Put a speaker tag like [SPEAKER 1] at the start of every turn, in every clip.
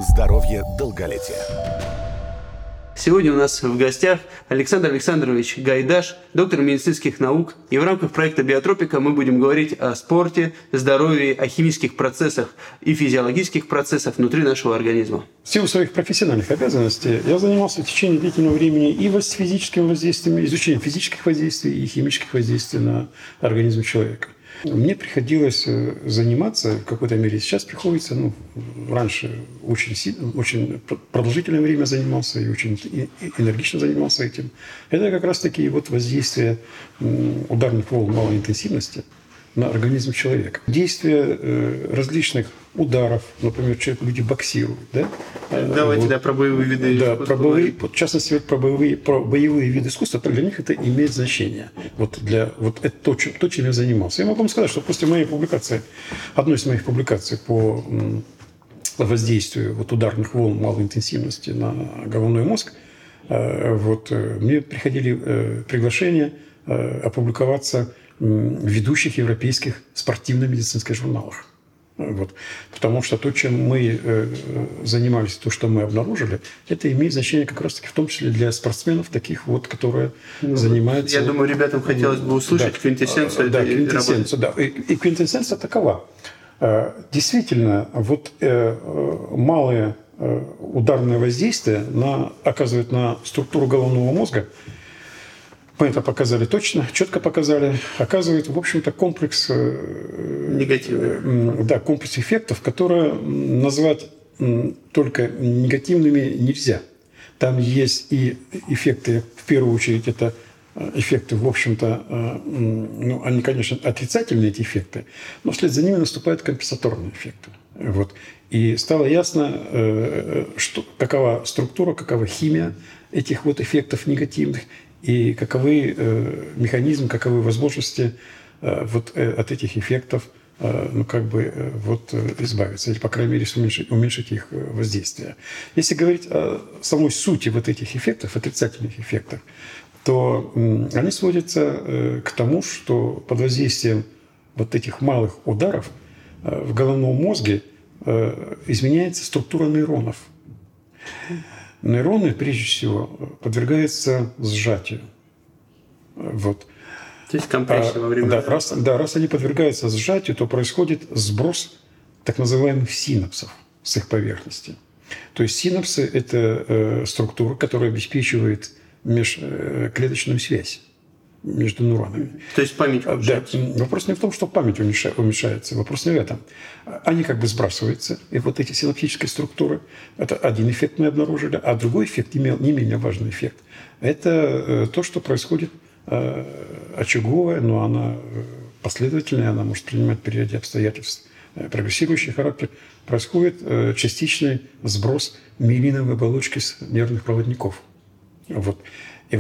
[SPEAKER 1] Здоровье, долголетие.
[SPEAKER 2] Сегодня у нас в гостях Александр Александрович Гайдаш, доктор медицинских наук. И в рамках проекта «Биотропика» мы будем говорить о спорте, здоровье, о химических процессах и физиологических процессах внутри нашего организма.
[SPEAKER 3] В силу своих профессиональных обязанностей я занимался в течение длительного времени и физическим воздействием, изучением физических воздействий и химических воздействий на организм человека. Мне приходилось заниматься в какой-то мере. Сейчас приходится, раньше очень продолжительное время занимался и очень энергично занимался этим. Это как раз-таки воздействие ударных волн малой интенсивности на организм человека. Действие различных ударов, например, люди боксируют. Да?
[SPEAKER 2] Давайте про боевые виды искусства.
[SPEAKER 3] В частности, про боевые виды искусства, для них это имеет значение. Это то, чем я занимался. Я могу вам сказать, что после моей публикации, одной из моих публикаций по воздействию ударных волн малой интенсивности на головной мозг, мне приходили приглашения опубликоваться в ведущих европейских спортивно-медицинских журналах. Потому что то, чем мы занимались, то, что мы обнаружили, это имеет значение как раз-таки в том числе для спортсменов, таких которые занимаются...
[SPEAKER 2] Я думаю, ребятам хотелось бы услышать квинтэссенцию этой работы.
[SPEAKER 3] И квинтэссенция такова. Действительно, малое ударное воздействие оказывает на структуру головного мозга. Мы это показали точно, четко показали. Оказывает, в общем-то, комплекс комплекс эффектов, которые назвать только негативными нельзя. Там есть и эффекты, в первую очередь, это эффекты, в общем-то, они, конечно, отрицательные, эти эффекты, но вслед за ними наступают компенсаторные эффекты. И стало ясно, какова структура, какова химия этих эффектов негативных, и каковы механизмы, каковы возможности от этих эффектов избавиться, или, по крайней мере, уменьшить их воздействие. Если говорить о самой сути этих эффектов, отрицательных эффектов, то они сводятся к тому, что под воздействием этих малых ударов в головном мозге изменяется структура нейронов. Нейроны, прежде всего, подвергаются сжатию.
[SPEAKER 2] То есть компрессия во время...
[SPEAKER 3] Раз они подвергаются сжатию, то происходит сброс так называемых синапсов с их поверхности. То есть синапсы – это структура, которая обеспечивает межклеточную связь между нейронами.
[SPEAKER 2] То есть память уменьшается?
[SPEAKER 3] Вопрос не в том, что память уменьшается. Вопрос не в этом. Они сбрасываются, и эти синаптические структуры. Это один эффект мы обнаружили, а другой эффект, не менее важный эффект, это то, что происходит очаговое, но она последовательная, она может принимать при ряде обстоятельств прогрессирующий характер. Происходит частичный сброс миелиновой оболочки с нервных проводников. И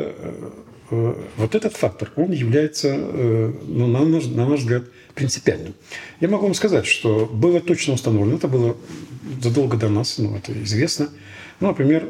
[SPEAKER 3] этот фактор, он является, на наш взгляд, принципиальным. Я могу вам сказать, что было точно установлено, это было задолго до нас, это известно. Например,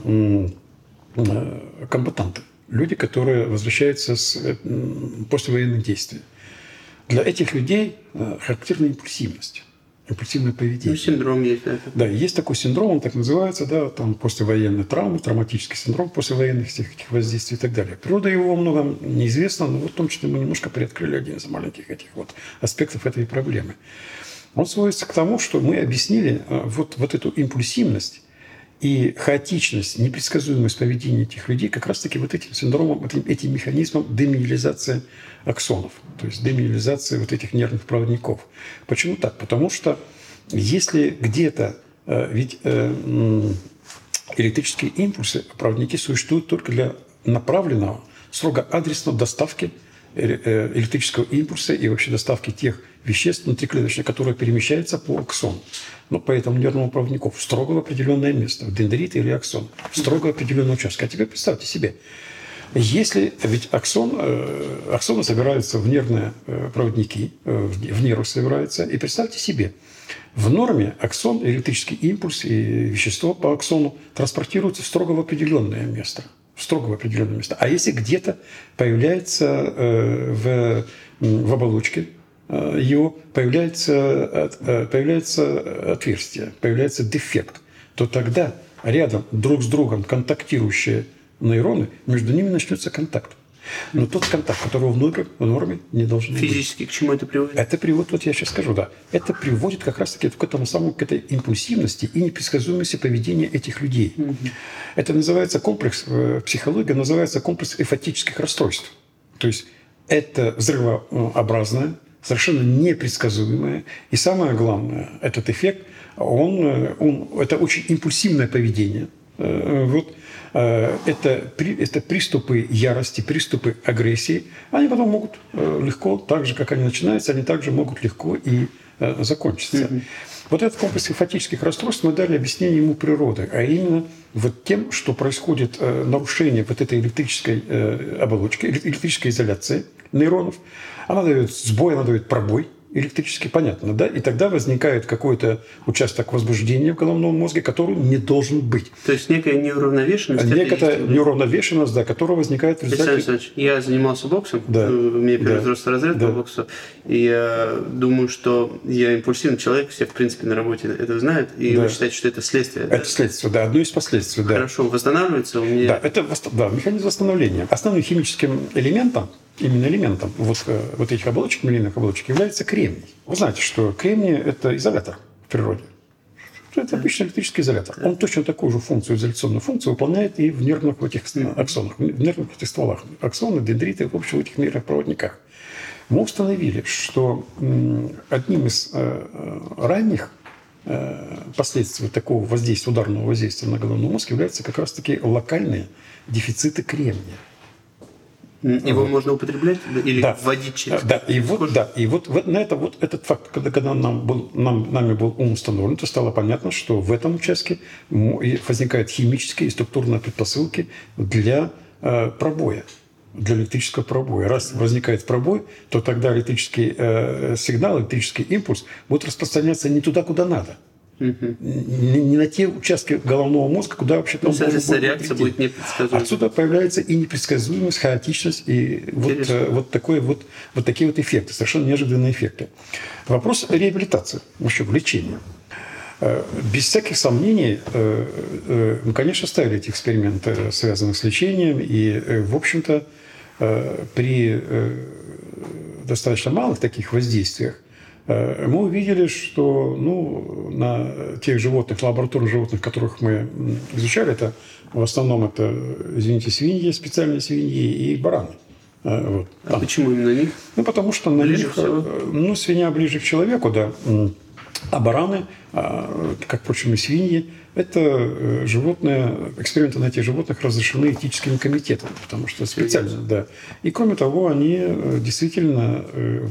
[SPEAKER 3] комбатанты, люди, которые возвращаются с послевоенных действий. Для этих людей характерна импульсивность. Импульсивное поведение.
[SPEAKER 2] Синдром есть, да?
[SPEAKER 3] Да, есть такой синдром, он так называется, послевоенная травма, травматический синдром послевоенных всех этих воздействий и так далее. Природа его во многом неизвестна, но в том числе мы немножко приоткрыли один из маленьких этих аспектов этой проблемы. Он сводится к тому, что мы объяснили эту импульсивность и хаотичность, непредсказуемость поведения этих людей как раз-таки этим синдромом, этим механизмом демиелизации аксонов, то есть демиелизации этих нервных проводников. Почему так? Потому что если где-то, ведь электрические импульсы, проводники существуют только для направленного, строго адресной доставки электрического импульса и вообще доставки тех веществ внутриклеточных, которые перемещаются по аксону, по этому нервному проводнику, в строго определенное место, в дендрит или аксон, в строго определенный участок. А теперь представьте себе, если ведь аксоны собираются в нервные проводники, в нервы собираются, и представьте себе, в норме аксон, электрический импульс и вещество по аксону транспортируются в строго определенное место. А если где-то появляется в оболочке его появляется отверстие, появляется дефект, то тогда рядом друг с другом контактирующие нейроны, между ними начнется контакт. Но тот контакт, которого в норме не должен быть.
[SPEAKER 2] Физически к чему это приводит?
[SPEAKER 3] Это приводит, вот я сейчас скажу, да. Это приводит как раз-таки к этому самому, к этой импульсивности и непредсказуемости поведения этих людей. Это называется комплекс, в психологии называется комплекс эйфотических расстройств. То есть это взрывообразное, совершенно непредсказуемое. И самое главное, этот эффект, это очень импульсивное поведение. Вот. Это приступы ярости, приступы агрессии. Они потом могут легко, так же, как они начинаются, они также могут легко и закончиться. Вот этот комплекс эйфотических расстройств мы дали объяснение ему природы, а именно вот тем, что происходит нарушение вот этой электрической оболочки, электрической изоляции нейронов. Она дает сбой, она дает пробой. Электрически понятно, да? И тогда возникает какой-то участок возбуждения в головном мозге, который не должен быть.
[SPEAKER 2] То есть некая неуравновешенность?
[SPEAKER 3] Некая неуравновешенность, да, которая возникает в результате...
[SPEAKER 2] Александр Александрович, я занимался боксом, у меня первый взрослый разряд по боксу, и я думаю, что я импульсивный человек, все, в принципе, на работе это знают, и вы считаете, что это следствие?
[SPEAKER 3] Это следствие, да, одно из последствий, да.
[SPEAKER 2] Хорошо, восстанавливается у меня...
[SPEAKER 3] Да, это механизм восстановления. Основным химическим элементом, именно элементом вот этих оболочек, мелиных оболочек, является кремний. Вы знаете, что кремний – это изолятор в природе. Это обычный электрический изолятор. Он точно такую же функцию, изоляционную функцию выполняет и в нервных этих аксонах, в нервных этих стволах. Аксоны, дендриты, в общем, в этих нервных проводниках. Мы установили, что одним из ранних последствий такого воздействия, ударного воздействия на головной мозг являются как раз-таки локальные дефициты кремния.
[SPEAKER 2] Его можно употреблять или вводить через кожу?
[SPEAKER 3] И вот на этот факт, когда нами был установлен, то стало понятно, что в этом участке возникают химические и структурные предпосылки для пробоя, для электрического пробоя. Раз возникает пробой, то тогда электрический сигнал, электрический импульс будет распространяться не туда, куда надо. Не на те участки головного мозга, куда вообще-то он должен быть.
[SPEAKER 2] Реакция будет непредсказуемой.
[SPEAKER 3] Отсюда появляется и непредсказуемость, хаотичность, и вот такие вот эффекты, совершенно неожиданные эффекты. Вопрос реабилитации, еще лечения. Без всяких сомнений, мы, конечно, ставили эти эксперименты, связанные с лечением, и, в общем-то, при достаточно малых таких воздействиях мы увидели, что на тех животных, лабораторных животных, которых мы изучали, это в основном это, свиньи, специальные свиньи и бараны.
[SPEAKER 2] А почему именно них?
[SPEAKER 3] Потому что на них, свинья ближе к человеку, да. А бараны, как, впрочем, и свиньи, это животные, эксперименты на этих животных разрешены этическими комитетами, потому что специально, да. И, кроме того, они действительно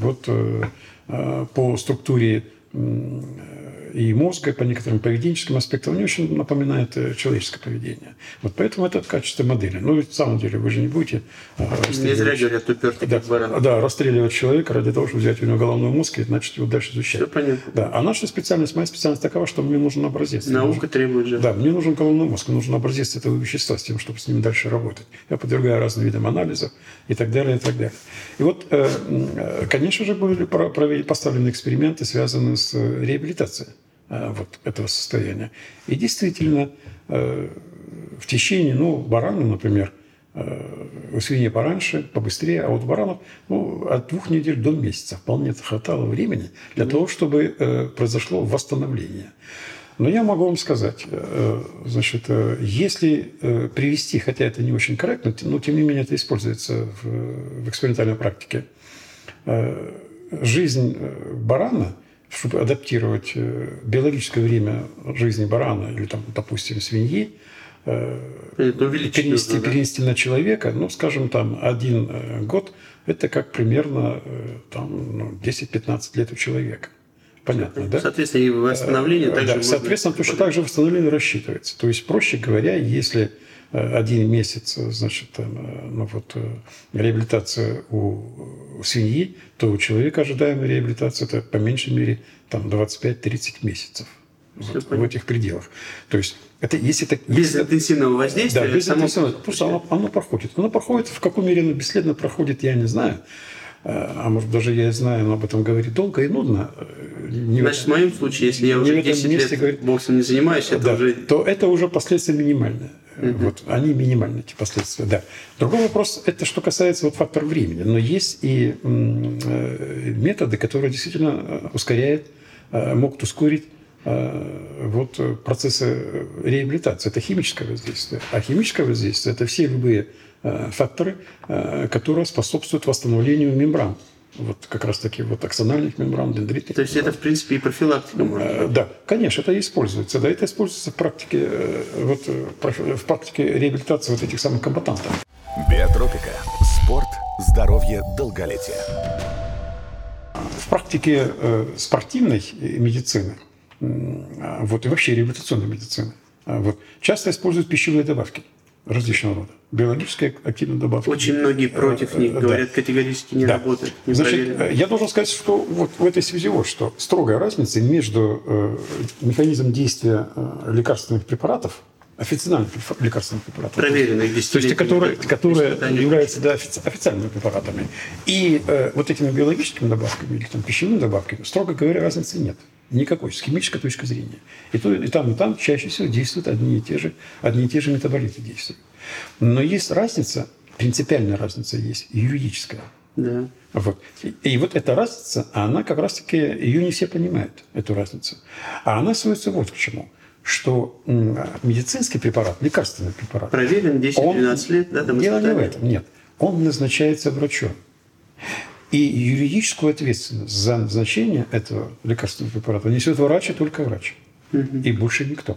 [SPEAKER 3] по структуре и мозга, по некоторым поведенческим аспектам, они очень напоминают человеческое поведение. Вот поэтому это в качестве модели. Но на самом деле вы же не будете
[SPEAKER 2] не зря говорят, упертый как баран.
[SPEAKER 3] Да, расстреливать человека ради того, чтобы взять у него головной мозг и начать его дальше изучать.
[SPEAKER 2] Все понятно.
[SPEAKER 3] Да. А наша специальность, моя специальность такова, что мне нужен образец.
[SPEAKER 2] Наука требует же.
[SPEAKER 3] Да, мне нужен головной мозг, мне нужен образец этого вещества с тем, чтобы с ним дальше работать. Я подвергаю разным видам анализов и так далее, и так далее. И вот, конечно же, были поставлены эксперименты, связанные с реабилитацией этого состояния. И действительно, в течение, бараны, например, у свиней пораньше, побыстрее, а вот баранов от 2 недель до месяца вполне хватало времени для того, чтобы произошло восстановление. Но я могу вам сказать, если привести, хотя это не очень корректно, но тем не менее это используется в экспериментальной практике, жизнь барана, чтобы адаптировать биологическое время жизни барана или, допустим, свиньи, перенести на человека, скажем, 1 год, это как примерно 10-15 лет у человека. Понятно, да?
[SPEAKER 2] Соответственно, и восстановление также можно...
[SPEAKER 3] Соответственно, точно так же восстановление рассчитывается. То есть, проще говоря, если 1 месяц, реабилитация у свиньи, то у человека ожидаемая реабилитация это по меньшей мере 25-30 месяцев. В этих пределах. То есть, это если так...
[SPEAKER 2] Без интенсивного воздействия?
[SPEAKER 3] Да, без интенсивного. Просто оно проходит. Оно проходит, в какой мере оно бесследно проходит, я не знаю. а может даже я и знаю, но об этом говорить долго и нудно.
[SPEAKER 2] Значит, в моем случае, если я уже 10 лет боксом не занимаюсь, это уже...
[SPEAKER 3] то это уже последствия минимальные. Вот, они минимальные, эти последствия, да. Другой вопрос, это что касается вот фактора времени. Но есть и методы, которые действительно могут ускорить вот процессы реабилитации. Это химическое воздействие. А химическое воздействие – это все любые факторы, которые способствуют восстановлению мембран. Вот как раз-таки вот аксональных мембран, дендритных.
[SPEAKER 2] То есть это, в принципе, и профилактика может быть?
[SPEAKER 3] Да, конечно, это используется. Да, это используется в практике, в практике реабилитации вот этих самых комбатантов.
[SPEAKER 1] Биотропика. Спорт, здоровье, долголетие.
[SPEAKER 3] В практике спортивной медицины, вот, и вообще реабилитационной медицины, вот, часто используют пищевые добавки различного рода. Биологические активные добавки.
[SPEAKER 2] Очень многие против них говорят, категорически не работают. Не
[SPEAKER 3] Значит, я должен сказать, что вот в этой связи вот что. Строгая разница между механизмом действия лекарственных препаратов, официальных лекарственных препаратов,
[SPEAKER 2] проверенных,
[SPEAKER 3] то есть которые являются официальными препаратами, и вот этими биологическими добавками или там, пищевыми добавками, строго говоря, разницы нет. Никакой, с химической точки зрения. И там чаще всего действуют одни и те же метаболиты действуют. Но есть разница, принципиальная разница есть, юридическая.
[SPEAKER 2] Да.
[SPEAKER 3] Вот. И вот эта разница, она как раз-таки, ее не все понимают, эту разницу. А она сводится вот к чему. Что медицинский препарат, лекарственный препарат...
[SPEAKER 2] Проверен 10-12 лет, да?
[SPEAKER 3] Дело не в этом, нет. Он назначается врачом. И юридическую ответственность за назначение этого лекарственного препарата несет врач и только врач. И больше никто.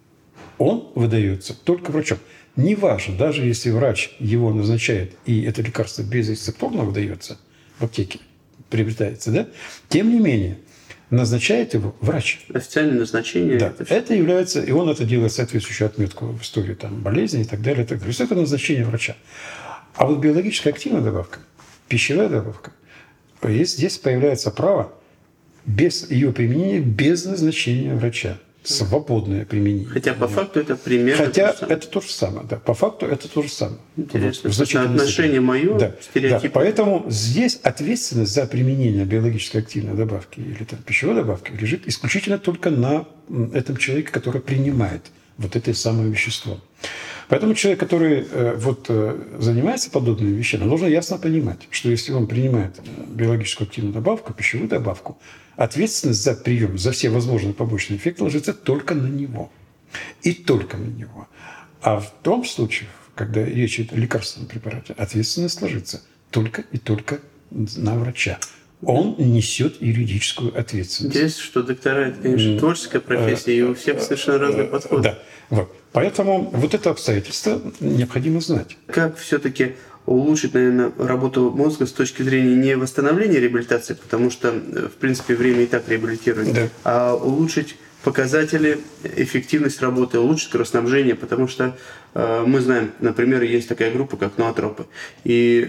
[SPEAKER 3] Он выдается только врачом. Неважно, даже если врач его назначает, и это лекарство безрецептурно выдается в аптеке, приобретается, да? Тем не менее, назначает его врач.
[SPEAKER 2] Официальное назначение.
[SPEAKER 3] Да, это является, и он это делает соответствующую отметку в истории там, болезни и так далее. И так далее. То есть это назначение врача. А вот биологическая активная добавка, пищевая добавка, здесь появляется право без ее применения, без назначения врача. Свободное применение.
[SPEAKER 2] Хотя по факту это примерно
[SPEAKER 3] Хотя это то же самое. Да. По факту это то же самое.
[SPEAKER 2] Интересно. Вот, отношение мое,
[SPEAKER 3] да.
[SPEAKER 2] стереотип.
[SPEAKER 3] Да. Поэтому здесь ответственность за применение биологически активной добавки или там, пищевой добавки лежит исключительно только на этом человеке, который принимает вот это самое вещество. Поэтому человек, который занимается подобными вещами, должен ясно понимать, что если он принимает биологическую активную добавку, пищевую добавку, ответственность за прием, за все возможные побочные эффекты ложится только на него. И только на него. А в том случае, когда речь идет о лекарственном препарате, ответственность ложится только и только на врача. Он несет юридическую ответственность.
[SPEAKER 2] Интересно, что доктора – это, конечно, творческая профессия, и у всех совершенно разные подходы.
[SPEAKER 3] Да. Вот. Поэтому вот это обстоятельство необходимо знать.
[SPEAKER 2] Как все-таки улучшить, наверное, работу мозга с точки зрения не восстановления реабилитации, потому что, в принципе, время и так реабилитирует,
[SPEAKER 3] да.
[SPEAKER 2] А улучшить показатели, эффективность работы, улучшить кровоснабжение, потому что мы знаем, например, есть такая группа, как ноотропы, и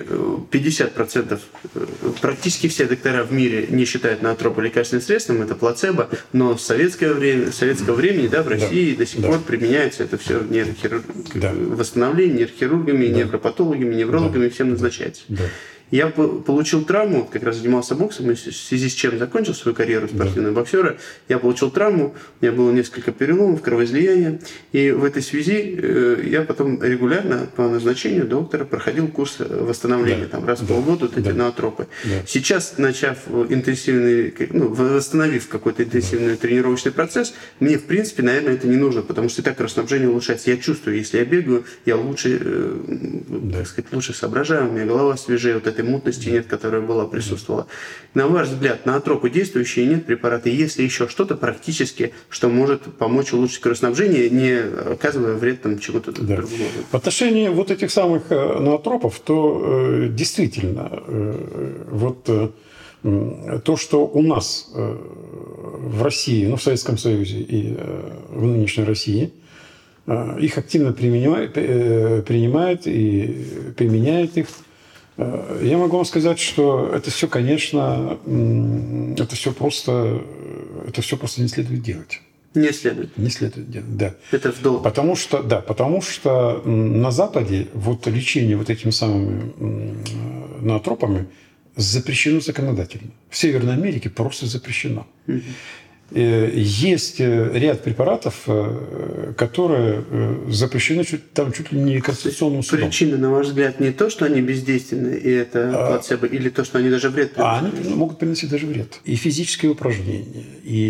[SPEAKER 2] 50%, практически все доктора в мире не считают ноотропы лекарственным средством, это плацебо, но с советского времени в России до сих пор применяется это все восстановление нейрохирургами, невропатологами, неврологами, всем назначается. Я получил травму, как раз занимался боксом, в связи с чем закончил свою карьеру спортивного боксера. Я получил травму, у меня было несколько переломов, кровоизлияния. И в этой связи я потом регулярно по назначению доктора проходил курс восстановления, раз в полгода эти ноотропы. Сейчас, начав восстановив какой-то интенсивный тренировочный процесс, мне, в принципе, наверное, это не нужно, потому что и так кровоснабжение улучшается. Я чувствую, если я бегаю, я лучше, лучше соображаю, у меня голова свежее, вот этой мутности нет, которая присутствовала. На ваш взгляд, ноотропы действующие, нет препараты, есть ли еще что-то практически, что может помочь улучшить кровоснабжение, не оказывая вред чему-то другому?
[SPEAKER 3] В отношении вот этих самых ноотропов, то действительно то, что у нас в России, в Советском Союзе и в нынешней России, их активно принимают и применяют их. Я могу вам сказать, что это все, конечно, это все просто не следует делать.
[SPEAKER 2] Не следует.
[SPEAKER 3] Не следует делать, да.
[SPEAKER 2] Это в долг.
[SPEAKER 3] Потому что на Западе лечение этими самыми ноотропами запрещено законодательно. В Северной Америке просто запрещено. Есть ряд препаратов, которые запрещены чуть ли не конституционным судом.
[SPEAKER 2] Причина, на ваш взгляд, не то, что они бездейственны, и это плацебо, или то, что они даже вред приносят?
[SPEAKER 3] Они могут приносить даже вред. И физические упражнения,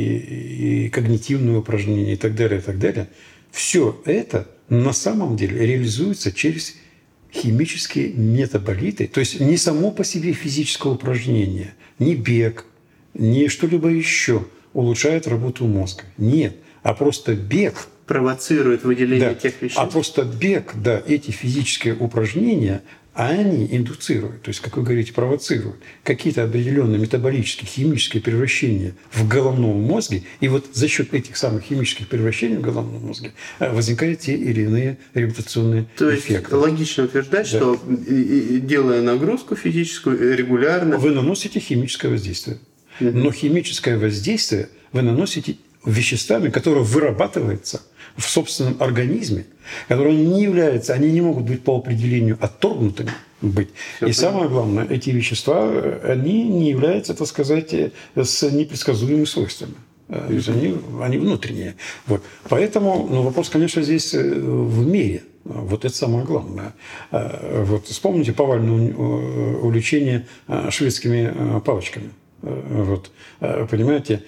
[SPEAKER 3] и когнитивные упражнения, и так далее, все это на самом деле реализуется через химические метаболиты. То есть не само по себе физическое упражнение, не бег, не что-либо еще улучшает работу мозга. Нет. А просто бег
[SPEAKER 2] провоцирует выделение тех веществ.
[SPEAKER 3] А просто бег, эти физические упражнения, они индуцируют, то есть, как вы говорите, провоцируют какие-то определенные метаболические, химические превращения в головном мозге. И вот за счет этих самых химических превращений в головном мозге возникают те или иные реабилитационные эффекты.
[SPEAKER 2] То есть логично утверждать, что делая нагрузку физическую регулярно...
[SPEAKER 3] Вы наносите химическое воздействие. Но химическое воздействие вы наносите веществами, которые вырабатываются в собственном организме, которые они не могут быть по определению отторгнутыми быть. И самое главное, эти вещества, они не являются, так сказать, с непредсказуемыми свойствами. То есть они внутренние. Вот. Поэтому вопрос, конечно, здесь в мере. Вот это самое главное. Вот вспомните повальное увлечение шведскими палочками. Вот, понимаете,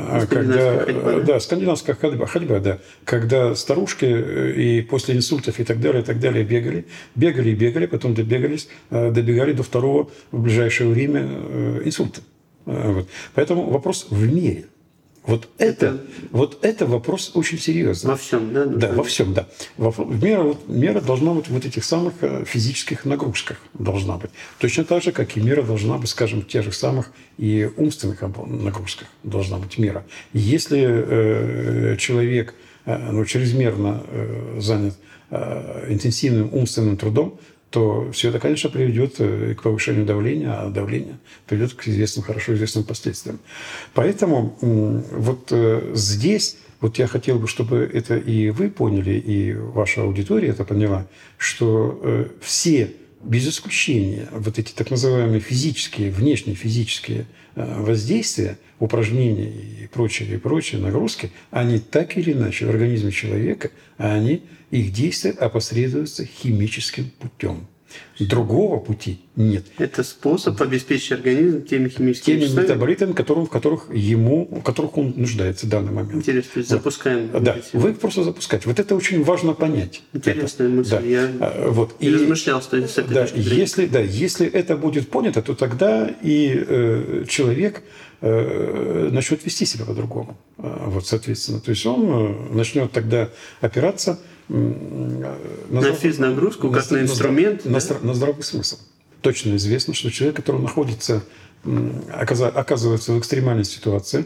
[SPEAKER 3] скандинавская ходьба, когда старушки и после инсультов и так далее бегали, потом добегали до второго в ближайшее время инсульта. Вот. Поэтому вопрос в мере. Вот это вопрос очень серьезный.
[SPEAKER 2] Во всем, да?
[SPEAKER 3] Да, во всем, да. Мера должна быть в этих самых физических нагрузках. Должна быть. Точно так же, как и мера должна быть, скажем, в тех же самых и умственных нагрузках. Должна быть мера. Если человек чрезмерно занят интенсивным умственным трудом, то все это, конечно, приведет к повышению давления, а давление приведет к хорошо известным последствиям. Поэтому здесь я хотел бы, чтобы это и вы поняли, и ваша аудитория это поняла, что все, без исключения, эти так называемые физические, внешние физические воздействия, упражнения и прочие нагрузки, они так или иначе в организме человека, их действия опосредуются химическим путем. Другого пути нет.
[SPEAKER 2] Это способ обеспечить организм теми химическими веществами,
[SPEAKER 3] метаболитами, в которых он нуждается в данный момент.
[SPEAKER 2] Интересно, то есть запускаем.
[SPEAKER 3] Да, вы их просто запускаете. Вот это очень важно понять.
[SPEAKER 2] Интересная мысль.
[SPEAKER 3] Да.
[SPEAKER 2] Я и размышлял с этой точки зрения.
[SPEAKER 3] Если это будет понято, то тогда и человек начнет вести себя по-другому. Соответственно. То есть он начнет тогда опираться
[SPEAKER 2] на физнагрузку, как на инструмент.
[SPEAKER 3] На здравый смысл. Точно известно, что человек, который оказывается в экстремальной ситуации,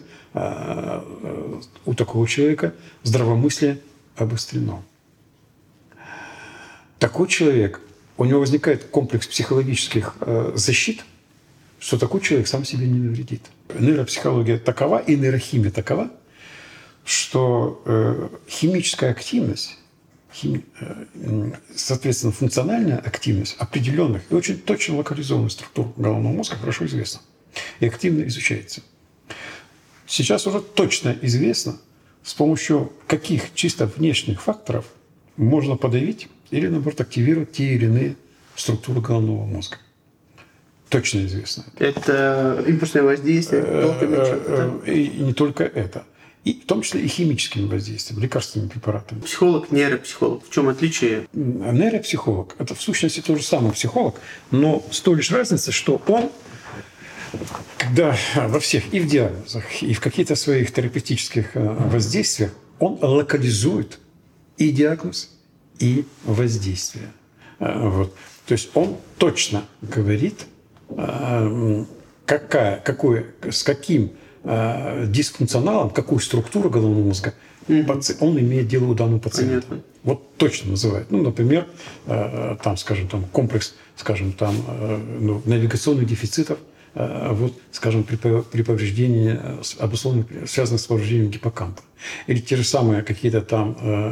[SPEAKER 3] у такого человека здравомыслие обострено. Такой человек, у него возникает комплекс психологических защит, что такой человек сам себе не навредит. Нейропсихология такова и нейрохимия такова, что химическая активность, соответственно, функциональная активность определенных и очень точно локализованных структур головного мозга хорошо известна и активно изучается. Сейчас уже точно известно, с помощью каких чисто внешних факторов можно подавить или, наоборот, активировать те или иные структуры головного мозга. Точно известно.
[SPEAKER 2] Это импульсное воздействие?
[SPEAKER 3] И не только это. И в том числе и химическими воздействиями, лекарственными препаратами.
[SPEAKER 2] Психолог, нейропсихолог. В чем отличие?
[SPEAKER 3] Нейропсихолог – это в сущности тот же самый психолог, но с той лишь разницей, что он, когда во всех и в диагнозах, и в каких-то своих терапевтических воздействиях, он локализует и диагноз, и воздействие. То есть он точно говорит, с каким дисфункционалом, какую структуру головного мозга он имеет дело у данного пациента.
[SPEAKER 2] Понятно.
[SPEAKER 3] Вот точно называет. Например, комплекс, навигационных дефицитов, при повреждении, связанных с повреждением гиппокампа. Или те же самые какие-то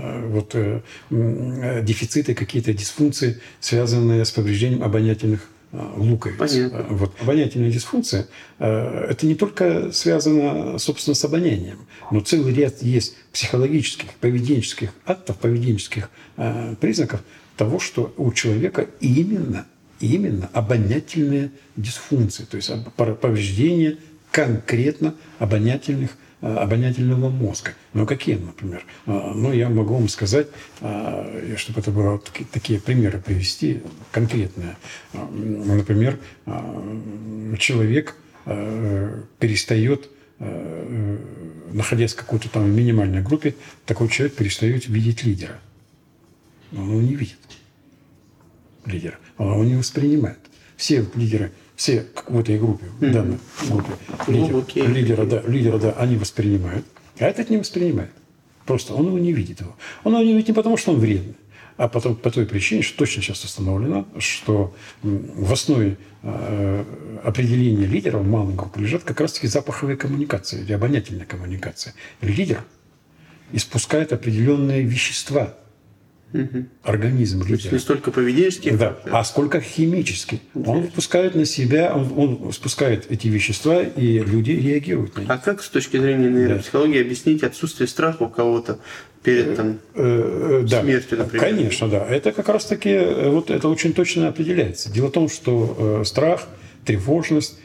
[SPEAKER 3] дефициты, какие-то дисфункции, связанные с повреждением обонятельных луковиц. Вот. Обонятельная дисфункция это не только связано, собственно, с обонянием, но целый ряд есть психологических, поведенческих актов, поведенческих признаков того, что у человека именно обонятельная дисфункция, то есть повреждение конкретно обонятельного мозга. Ну, какие, например? Ну, я могу вам сказать, чтобы это было такие примеры привести конкретные. Например, человек перестает, находясь в какой-то там минимальной группе, такой человек перестает видеть лидера. Он его не видит, лидера. Он его не воспринимает. Все лидеры, все в этой группе, в данной группе, лидера, они воспринимают, а этот не воспринимает. Просто он его не видит. Он его не видит не потому, что он вредный, а потом, по той причине, что точно сейчас установлено, что в основе определения лидера в малой группе лежат как раз-таки запаховые коммуникации или обонятельная коммуникация. Лидер испускает определенные вещества. Организм лидера.
[SPEAKER 2] То есть не столько поведенческие,
[SPEAKER 3] а сколько химические. Он выпускает на себя, он спускает эти вещества, и люди реагируют на них.
[SPEAKER 2] А как с точки зрения нейропсихологии объяснить отсутствие страха у кого-то перед смертью, например?
[SPEAKER 3] Конечно, да. Это как раз-таки вот это очень точно определяется. Дело в том, что страх, тревожность,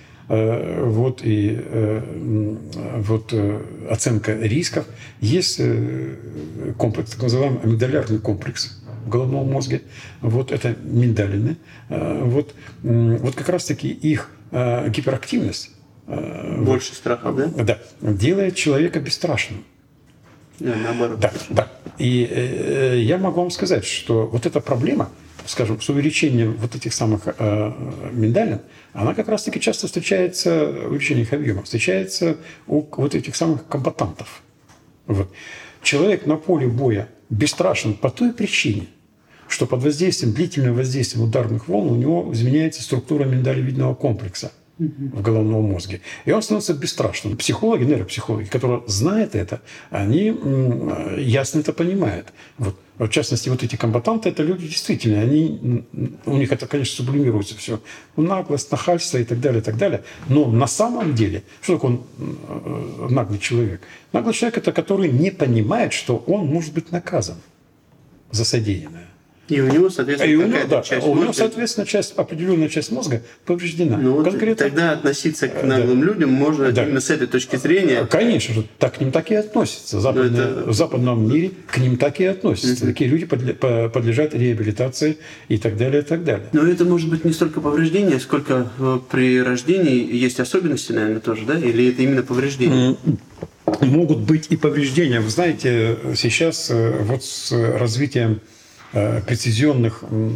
[SPEAKER 3] оценка рисков. Есть комплекс, так называемый амигдалярный комплекс в головном мозге. Вот это миндалины. Вот как раз-таки их гиперактивность.
[SPEAKER 2] Больше страха, да?
[SPEAKER 3] Да. Делает человека бесстрашным.
[SPEAKER 2] Наоборот.
[SPEAKER 3] Да. И я могу вам сказать, что вот эта проблема, скажем, с увеличением вот этих самых миндалин, она как раз-таки часто встречается, увеличение их объема, встречается у вот этих самых комбатантов. Вот. Человек на поле боя бесстрашен по той причине, что под воздействием, длительным воздействием ударных волн у него изменяется структура миндалевидного комплекса в головном мозге. И он становится бесстрашным. Психологи, нейропсихологи, которые знают это, они ясно это понимают. Вот. В частности, вот эти комбатанты, это люди действительно, у них это, конечно, сублимируется все. Наглость, нахальство и так далее, и так далее. Но на самом деле, что такое наглый человек? Наглый человек – это который не понимает, что он может быть наказан за содеянное.
[SPEAKER 2] И у него, соответственно,
[SPEAKER 3] определенная часть мозга повреждена.
[SPEAKER 2] Ну, тогда относиться к наглым людям можно именно с этой точки зрения.
[SPEAKER 3] Конечно же, так к ним так и относятся. В западном мире к ним так и относятся. Такие люди подлежат реабилитации и так далее, и так далее.
[SPEAKER 2] Но это может быть не столько повреждение, сколько при рождении есть особенности, наверное, тоже, да? Или это именно повреждение?
[SPEAKER 3] Могут быть и повреждения. Вы знаете, сейчас вот с развитием прецизионной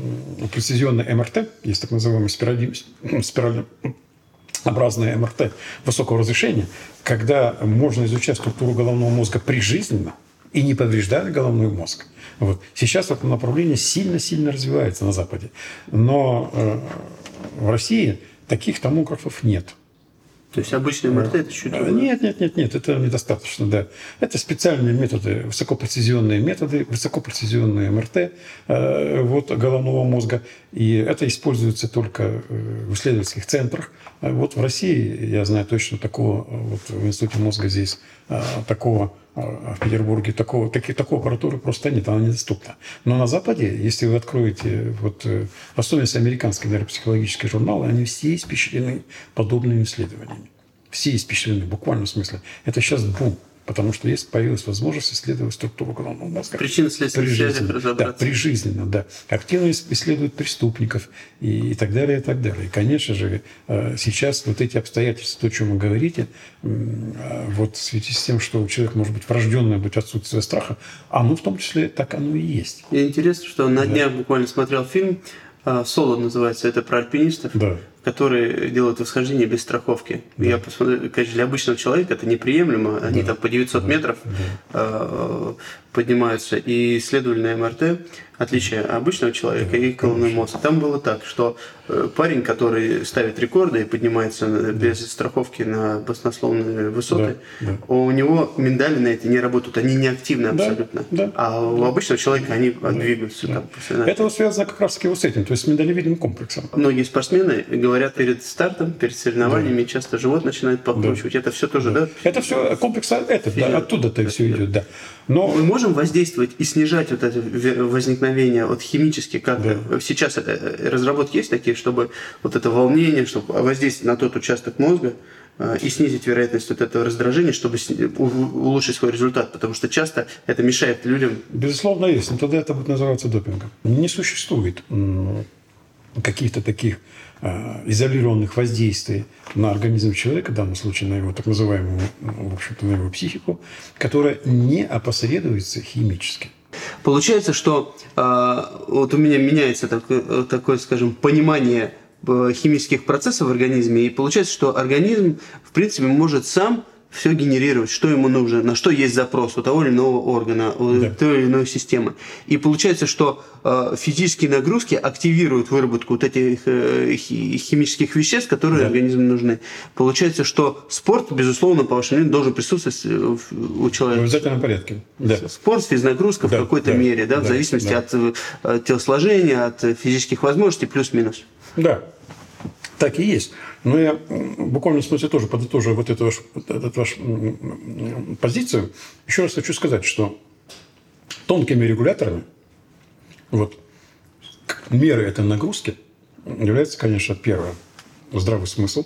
[SPEAKER 3] МРТ, есть так называемое спиралеобразное МРТ высокого разрешения, когда можно изучать структуру головного мозга прижизненно и не повреждая головной мозг. Вот. Сейчас это направление сильно-сильно развивается на Западе. Но в России таких томографов нет.
[SPEAKER 2] То есть обычный МРТ это чуть другое?
[SPEAKER 3] Нет, это недостаточно, да. Это специальные методы, высокопрецизионные МРТ головного мозга. И это используется только в исследовательских центрах. Вот в России, я знаю точно, такого в Институте мозга здесь, такого в Петербурге, такой аппаратуры просто нет, она недоступна. Но на Западе, если вы откроете, в особенности американские нейропсихологические журналы, они все испещрены подобными исследованиями. Все испещрены, в буквальном смысле. Это сейчас бум, потому что появилась возможность исследовать структуру головного мозга.
[SPEAKER 2] Причинно-следственных связях разобраться.
[SPEAKER 3] Да, прижизненно, да. Активно исследуют преступников и так далее, и так далее. И, конечно же, сейчас вот эти обстоятельства, то, о чем вы говорите, в связи с тем, что у человека может быть врожденное отсутствие страха, в том числе так оно и есть.
[SPEAKER 2] И интересно, что на днях буквально смотрел фильм «Соло» называется, это про альпинистов, которые делают восхождение без страховки. Я посмотрел, конечно, для обычного человека это неприемлемо, они там по 900 метров поднимаются и исследовали на МРТ отличие обычного человека и головной мозг. Там было так, что парень, который ставит рекорды и поднимается без страховки на баснословные высоты, у него миндали на это не работают, они не активны абсолютно. А у обычного человека они двигаются. Там,
[SPEAKER 3] это связано как раз таки вот с этим, то есть с миндалевидным комплексом.
[SPEAKER 2] Многие спортсмены говорят перед стартом, перед соревнованиями, часто живот начинает покручивать. Это все тоже, да?
[SPEAKER 3] Это все комплекс оттуда-то все идет, да. Но
[SPEAKER 2] мы можем воздействовать и снижать вот это возникновение от химически, как сейчас разработки есть такие, чтобы вот это волнение, чтобы воздействовать на тот участок мозга и снизить вероятность вот этого раздражения, чтобы улучшить свой результат, потому что часто это мешает людям.
[SPEAKER 3] Безусловно, есть, но тогда это будет называться допингом. Не существует каких-то таких изолированных воздействий на организм человека, в данном случае на его так называемую, в общем-то, на его психику, которая не опосредуется химически.
[SPEAKER 2] Получается, что вот у меня меняется такое, скажем, понимание химических процессов в организме, и получается, что организм, в принципе, может сам все генерировать, что ему нужно, на что есть запрос у того или иного органа, у той или иной системы. И получается, что физические нагрузки активируют выработку вот этих химических веществ, которые организму нужны. Получается, что спорт, безусловно, по вашему мнению, должен присутствовать у человека. В
[SPEAKER 3] обязательном порядке.
[SPEAKER 2] Спорт, физнагрузка в какой-то мере, в зависимости от телосложения, от физических возможностей, плюс-минус.
[SPEAKER 3] Да, так и есть. Но я в буквальном смысле тоже подытожу вот эту вашу позицию. Еще раз хочу сказать, что тонкими регуляторами вот, меры этой нагрузки является, конечно, первое – здравый смысл.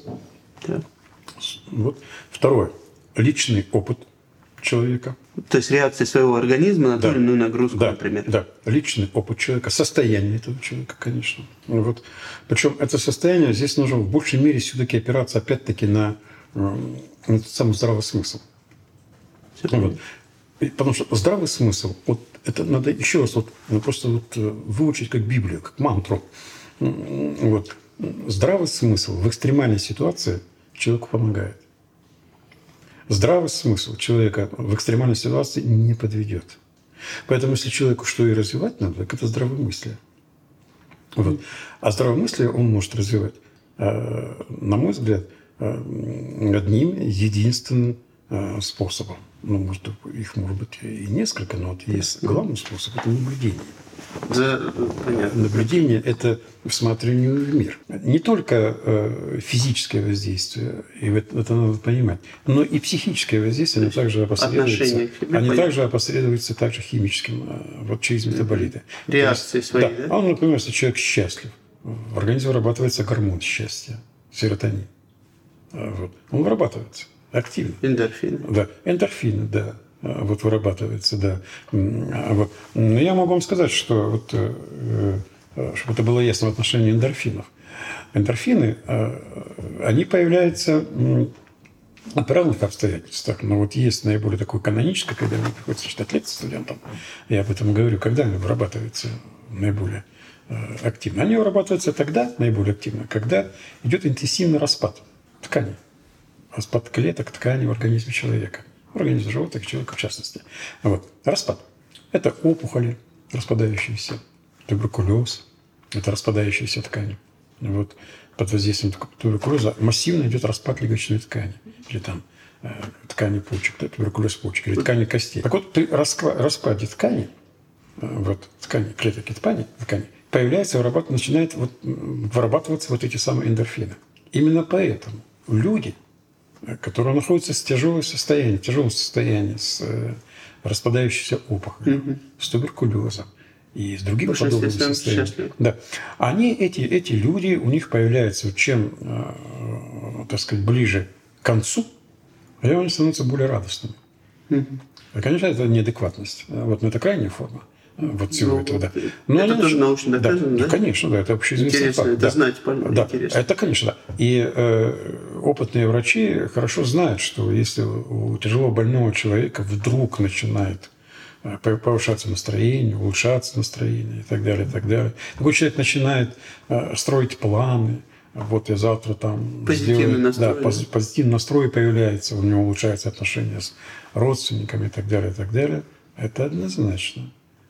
[SPEAKER 3] Вот. Второе – личный опыт человека.
[SPEAKER 2] То есть реакция своего организма на ту или иную нагрузку, например.
[SPEAKER 3] Да, личный опыт человека, состояние этого человека, конечно. Вот. Причем это состояние здесь нужно в большей мере все-таки опираться опять-таки на этот самый здравый смысл. Вот. Потому что здравый смысл, вот это надо еще раз просто выучить как Библию, как мантру. Вот. Здравый смысл в экстремальной ситуации человеку помогает. Здравый смысл человека в экстремальной ситуации не подведет. Поэтому, если человеку что и развивать надо, так это здравомыслие. Вот. А здравомыслие он может развивать, на мой взгляд, одним единственным способом. Ну, может, их может быть и несколько, но вот есть главный способ – это наблюдение.
[SPEAKER 2] Понятно.
[SPEAKER 3] Наблюдение – это всматривание в мир. Не только физическое воздействие, и это надо понимать, но и психическое воздействие, оно также опосредуется. Они также опосредуются также химическим, вот через метаболиты.
[SPEAKER 2] Реакции свои, да?
[SPEAKER 3] А он, например, если человек счастлив, в организме вырабатывается гормон счастья, серотонин. Вот. Он вырабатывается активно.
[SPEAKER 2] Эндорфины.
[SPEAKER 3] Да, эндорфины, да. Вот вырабатывается, да. Вот. Но я могу вам сказать, что вот, чтобы это было ясно в отношении эндорфинов. Эндорфины, они появляются при разных обстоятельствах. Но вот есть наиболее такое каноническое, когда мне приходится читать лекции студентам, я об этом говорю, когда они вырабатываются наиболее активно. Они вырабатываются тогда наиболее активно, когда идет интенсивный распад тканей. Распад клеток, тканей в организме человека. В организме животных и человека в частности. Вот. Распад. Это опухоли, распадающиеся, туберкулез, это распадающиеся ткани. Вот. Под воздействием туберкулеза массивно идет распад легочной ткани. Или там ткани почек, да, туберкулез почек, или ткани костей. Так вот, при распаде ткани, вот, ткани, клеток и ткани, появляется, начинает вырабатываться вот эти самые эндорфины. Именно поэтому люди, которые находятся в тяжелом состоянии, с распадающейся опухолью, с туберкулезом и с другими подобными состояниями. Да. Эти люди, у них появляется, чем, так сказать, ближе к концу, они становятся более радостными. И, конечно, это неадекватность. Вот, но это крайняя форма. Вот всего этого, да. Но
[SPEAKER 2] это тоже научно доказано, да?
[SPEAKER 3] Конечно, да, это общеизвестный факт.
[SPEAKER 2] Интересно, это знать, интересно.
[SPEAKER 3] Это, конечно, да. И опытные врачи хорошо знают, что если у тяжело больного человека вдруг начинает повышаться настроение, улучшаться настроение и так далее, такой человек начинает строить планы. Вот я завтра там
[SPEAKER 2] позитивный настрой.
[SPEAKER 3] Да, позитивный настрой появляется, у него улучшаются отношения с родственниками и так далее, и так далее. Это однозначно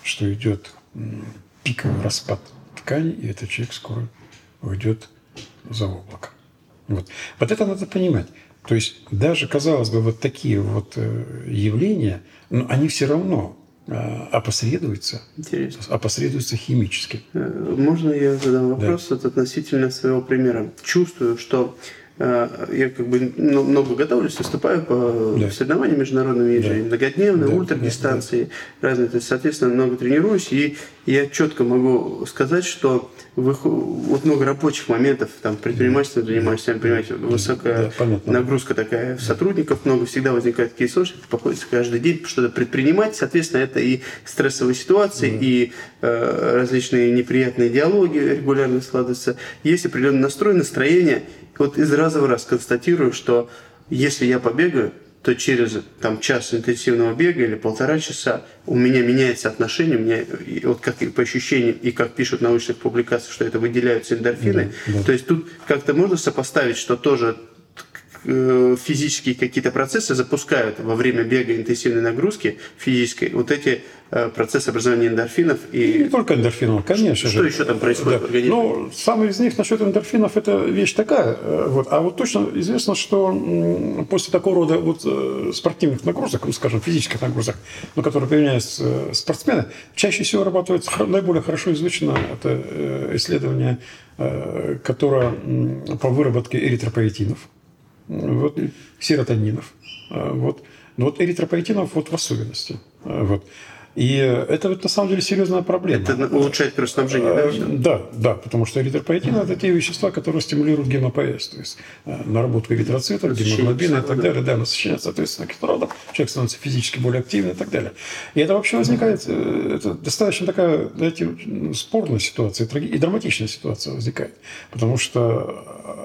[SPEAKER 3] что идет пиковый распад ткани, и этот человек скоро уйдет за облако. Вот это надо понимать. То есть даже, казалось бы, вот такие вот явления, но они все равно опосредуются химически.
[SPEAKER 2] Можно я задам вопрос относительно своего примера? Чувствую, что я много готовлюсь, выступаю по соревнованиям международным, езжу, многодневные, ультрадистанции разные, то есть, соответственно, много тренируюсь, и я четко могу сказать, что вот много рабочих моментов, там, предпринимательством занимаюсь, сами понимаете, высокая нагрузка такая, сотрудников много, всегда возникают такие сложности, приходится каждый день что-то предпринимать, соответственно, это и стрессовые ситуации, и различные неприятные диалоги регулярно складываются, есть определенный настрой, настроение. Вот из раза в раз констатирую, что если я побегаю, то через час интенсивного бега или 1,5 часа у меня меняется отношение, у меня, вот как и по ощущениям, и как пишут в научных публикациях, что это выделяются эндорфины. То есть тут как-то можно сопоставить, что тоже физические какие-то процессы запускают во время бега интенсивной нагрузки физической вот эти процессы образования эндорфинов. И
[SPEAKER 3] не только эндорфинов, конечно же.
[SPEAKER 2] Что еще там происходит в организме?
[SPEAKER 3] Ну, самый из них насчет эндорфинов, это вещь такая. А вот точно известно, что после такого рода спортивных нагрузок, скажем, физических нагрузок, которые применяют спортсмены, чаще всего вырабатывается наиболее хорошо изучено это исследование, которое по выработке эритропоэтинов, серотонинов. Но эритропоэтинов в особенности. И это на самом деле серьезная проблема.
[SPEAKER 2] Это улучшает кровоснабжение, да?
[SPEAKER 3] Да, потому что эритропоэтины – это те вещества, которые стимулируют гемопоэз, то есть наработку эритроцитов, гемоглобина и так далее, насыщение, соответственно, кислородом, человек становится физически более активным и так далее. И это вообще возникает, это достаточно такая, знаете, спорная ситуация и драматичная ситуация возникает, потому что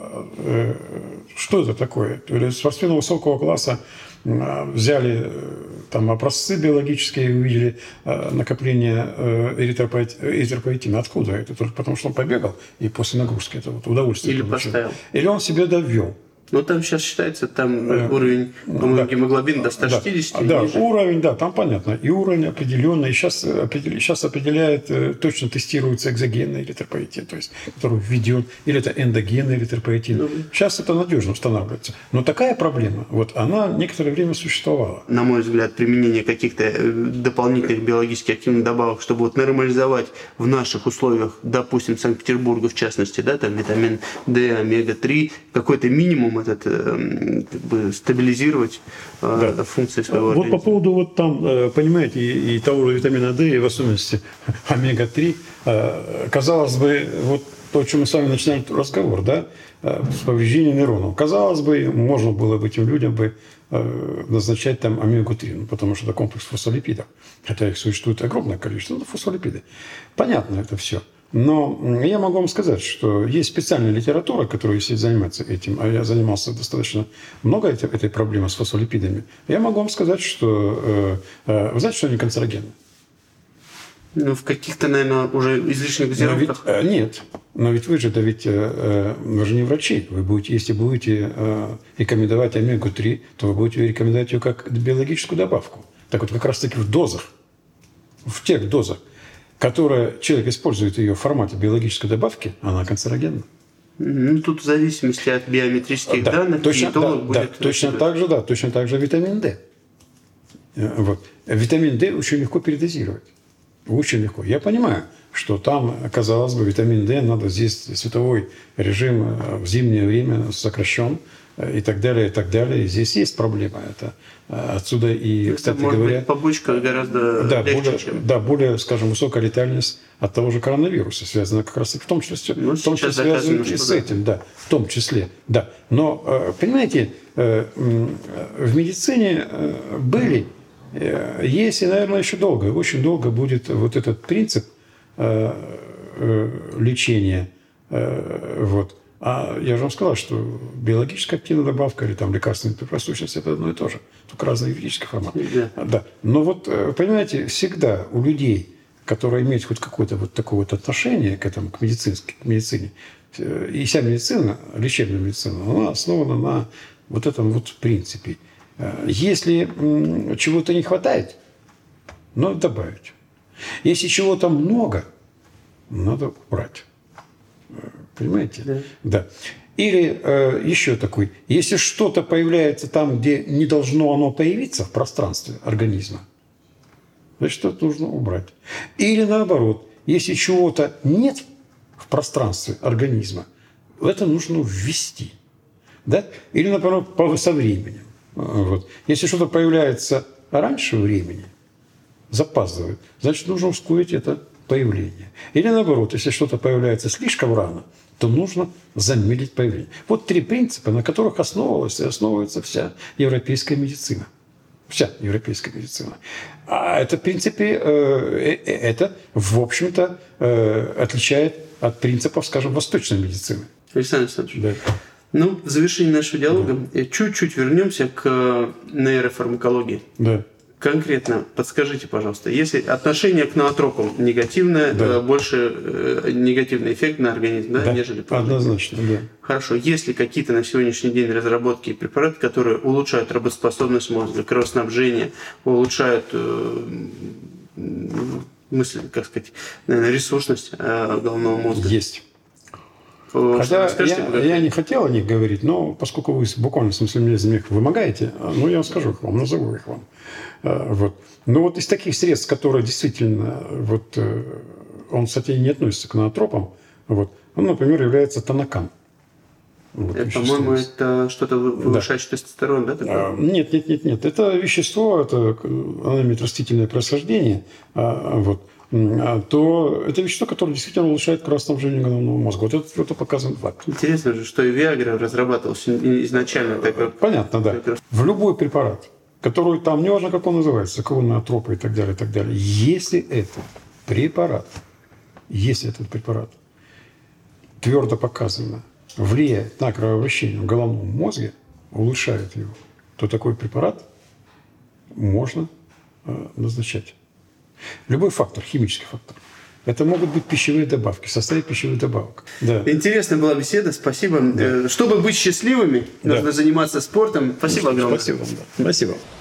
[SPEAKER 3] что это такое? То есть спортсмены высокого класса взяли образцы биологические и увидели накопление эритропоэтина. Откуда? Это только потому, что он побегал и после нагрузки это удовольствие
[SPEAKER 2] или
[SPEAKER 3] получил.
[SPEAKER 2] поставил.
[SPEAKER 3] Или он себя довел.
[SPEAKER 2] Ну, там сейчас считается, уровень, по-моему, гемоглобина до 160.
[SPEAKER 3] Да, уровень, там понятно. И уровень определенный. Сейчас определяет, точно тестируется экзогенный эритропоэтин, то есть, который введен, или это эндогенный эритропоэтин. Сейчас это надежно устанавливается. Но такая проблема, она некоторое время существовала.
[SPEAKER 2] На мой взгляд, применение каких-то дополнительных биологически активных добавок, чтобы нормализовать в наших условиях, допустим, Санкт-Петербурга в частности, витамин D, омега-3, какой-то минимум стабилизировать функции своего организма.
[SPEAKER 3] По поводу понимаете, и того же витамина D, и в особенности омега-3, казалось бы, то, о чем мы с вами начинали разговор, с повреждением нейронов. Казалось бы, можно было бы этим людям назначать омегу-3, потому что это комплекс фосфолипидов. Хотя их существует огромное количество, но фосфолипиды. Понятно это все. Но я могу вам сказать, что есть специальная литература, которая, если заниматься этим, а я занимался достаточно много этой проблемой с фосфолипидами, я могу вам сказать, что вы знаете, что они канцерогенны?
[SPEAKER 2] В каких-то, наверное, уже излишних дозировках.
[SPEAKER 3] Нет. Но ведь вы же не врачи. Если будете рекомендовать омегу-3, то вы будете рекомендовать ее как биологическую добавку. Так как раз-таки в дозах, в тех дозах, которая человек использует ее в формате биологической добавки, она канцерогенна.
[SPEAKER 2] Тут в зависимости от биометрических данных диетолог будет...
[SPEAKER 3] Точно так же витамин D. Витамин D очень легко передозировать. Очень легко. Я понимаю, что там, казалось бы, витамин D, надо здесь световой режим в зимнее время сокращен, и так далее, и так далее. И здесь есть проблема. Это отсюда и, кстати говоря...
[SPEAKER 2] Быть, побочка гораздо легче, чем...
[SPEAKER 3] более, скажем, высокая летальность от того же коронавируса, связана как раз и в том числе, связана и с этим, в том числе, Но, понимаете, в медицине есть и, наверное, еще долго, очень долго будет этот принцип лечения, А я же вам сказал, что биологическая активная добавка или лекарственная присущность – это одно и то же, только разный юридический формат. Да. Но понимаете, всегда у людей, которые имеют хоть какое-то такое отношение к этому, к медицине, и вся медицина, лечебная медицина, она основана на этом принципе. Если чего-то не хватает, надо добавить. Если чего-то много, надо убрать. Понимаете?
[SPEAKER 2] Да.
[SPEAKER 3] Да. Или еще такой, если что-то появляется там, где не должно оно появиться в пространстве организма, значит, это нужно убрать. Или наоборот, если чего-то нет в пространстве организма, это нужно ввести. Да? Или, например, со временем. Вот. Если что-то появляется раньше времени, запаздывает, значит, нужно ускорить это появление. Или наоборот, если что-то появляется слишком рано, то нужно замедлить появление. Вот 3 принципа, на которых основывалась и основывается вся европейская медицина. Вся европейская медицина. А это, в принципе, это, в общем-то, отличает от принципов, скажем, восточной медицины.
[SPEAKER 2] Александр Александрович,
[SPEAKER 3] Да.
[SPEAKER 2] ну, в завершении нашего диалога чуть-чуть вернемся к нейрофармакологии.
[SPEAKER 3] Да.
[SPEAKER 2] Конкретно подскажите, пожалуйста, если отношение к ноотропам негативное,
[SPEAKER 3] Да.
[SPEAKER 2] больше негативный эффект на организм, да,
[SPEAKER 3] Да.
[SPEAKER 2] нежели положительный?
[SPEAKER 3] Однозначно, да.
[SPEAKER 2] Хорошо. Есть ли какие-то на сегодняшний день разработки и препараты, которые улучшают работоспособность мозга, кровоснабжение, улучшают мысль, как сказать, наверное, ресурсность головного мозга?
[SPEAKER 3] Есть.
[SPEAKER 2] Хотя
[SPEAKER 3] Я не хотел о них говорить, но поскольку вы в буквальном смысле мне их вымогаете, ну, я вам скажу их вам, назову их вам. Вот. Ну, вот из таких средств, которые действительно, вот, он, кстати, не относится к ноотропам, вот, он, например, является тонакан. Вот,
[SPEAKER 2] по-моему, это что-то повышающее тестостерон, да? Такое?
[SPEAKER 3] Нет. Это вещество, оно имеет растительное происхождение, вот, то это вещество, которое действительно улучшает кровоснабжение головного мозга. Вот это показан факт.
[SPEAKER 2] Интересно же, что и Виагра разрабатывался изначально.
[SPEAKER 3] Понятно, да. В любой препарат, который там, неважно, как он называется, законные ноотропы и так далее, если этот препарат твердо показано, влияет на кровообращение в головном мозге, улучшает его, то такой препарат можно назначать. Любой фактор, химический фактор. Это могут быть пищевые добавки, в составе пищевых добавок. Да.
[SPEAKER 2] Интересная была беседа, спасибо. Да. Чтобы быть счастливыми, нужно заниматься спортом. Спасибо огромное.
[SPEAKER 3] Спасибо вам. Да. Спасибо.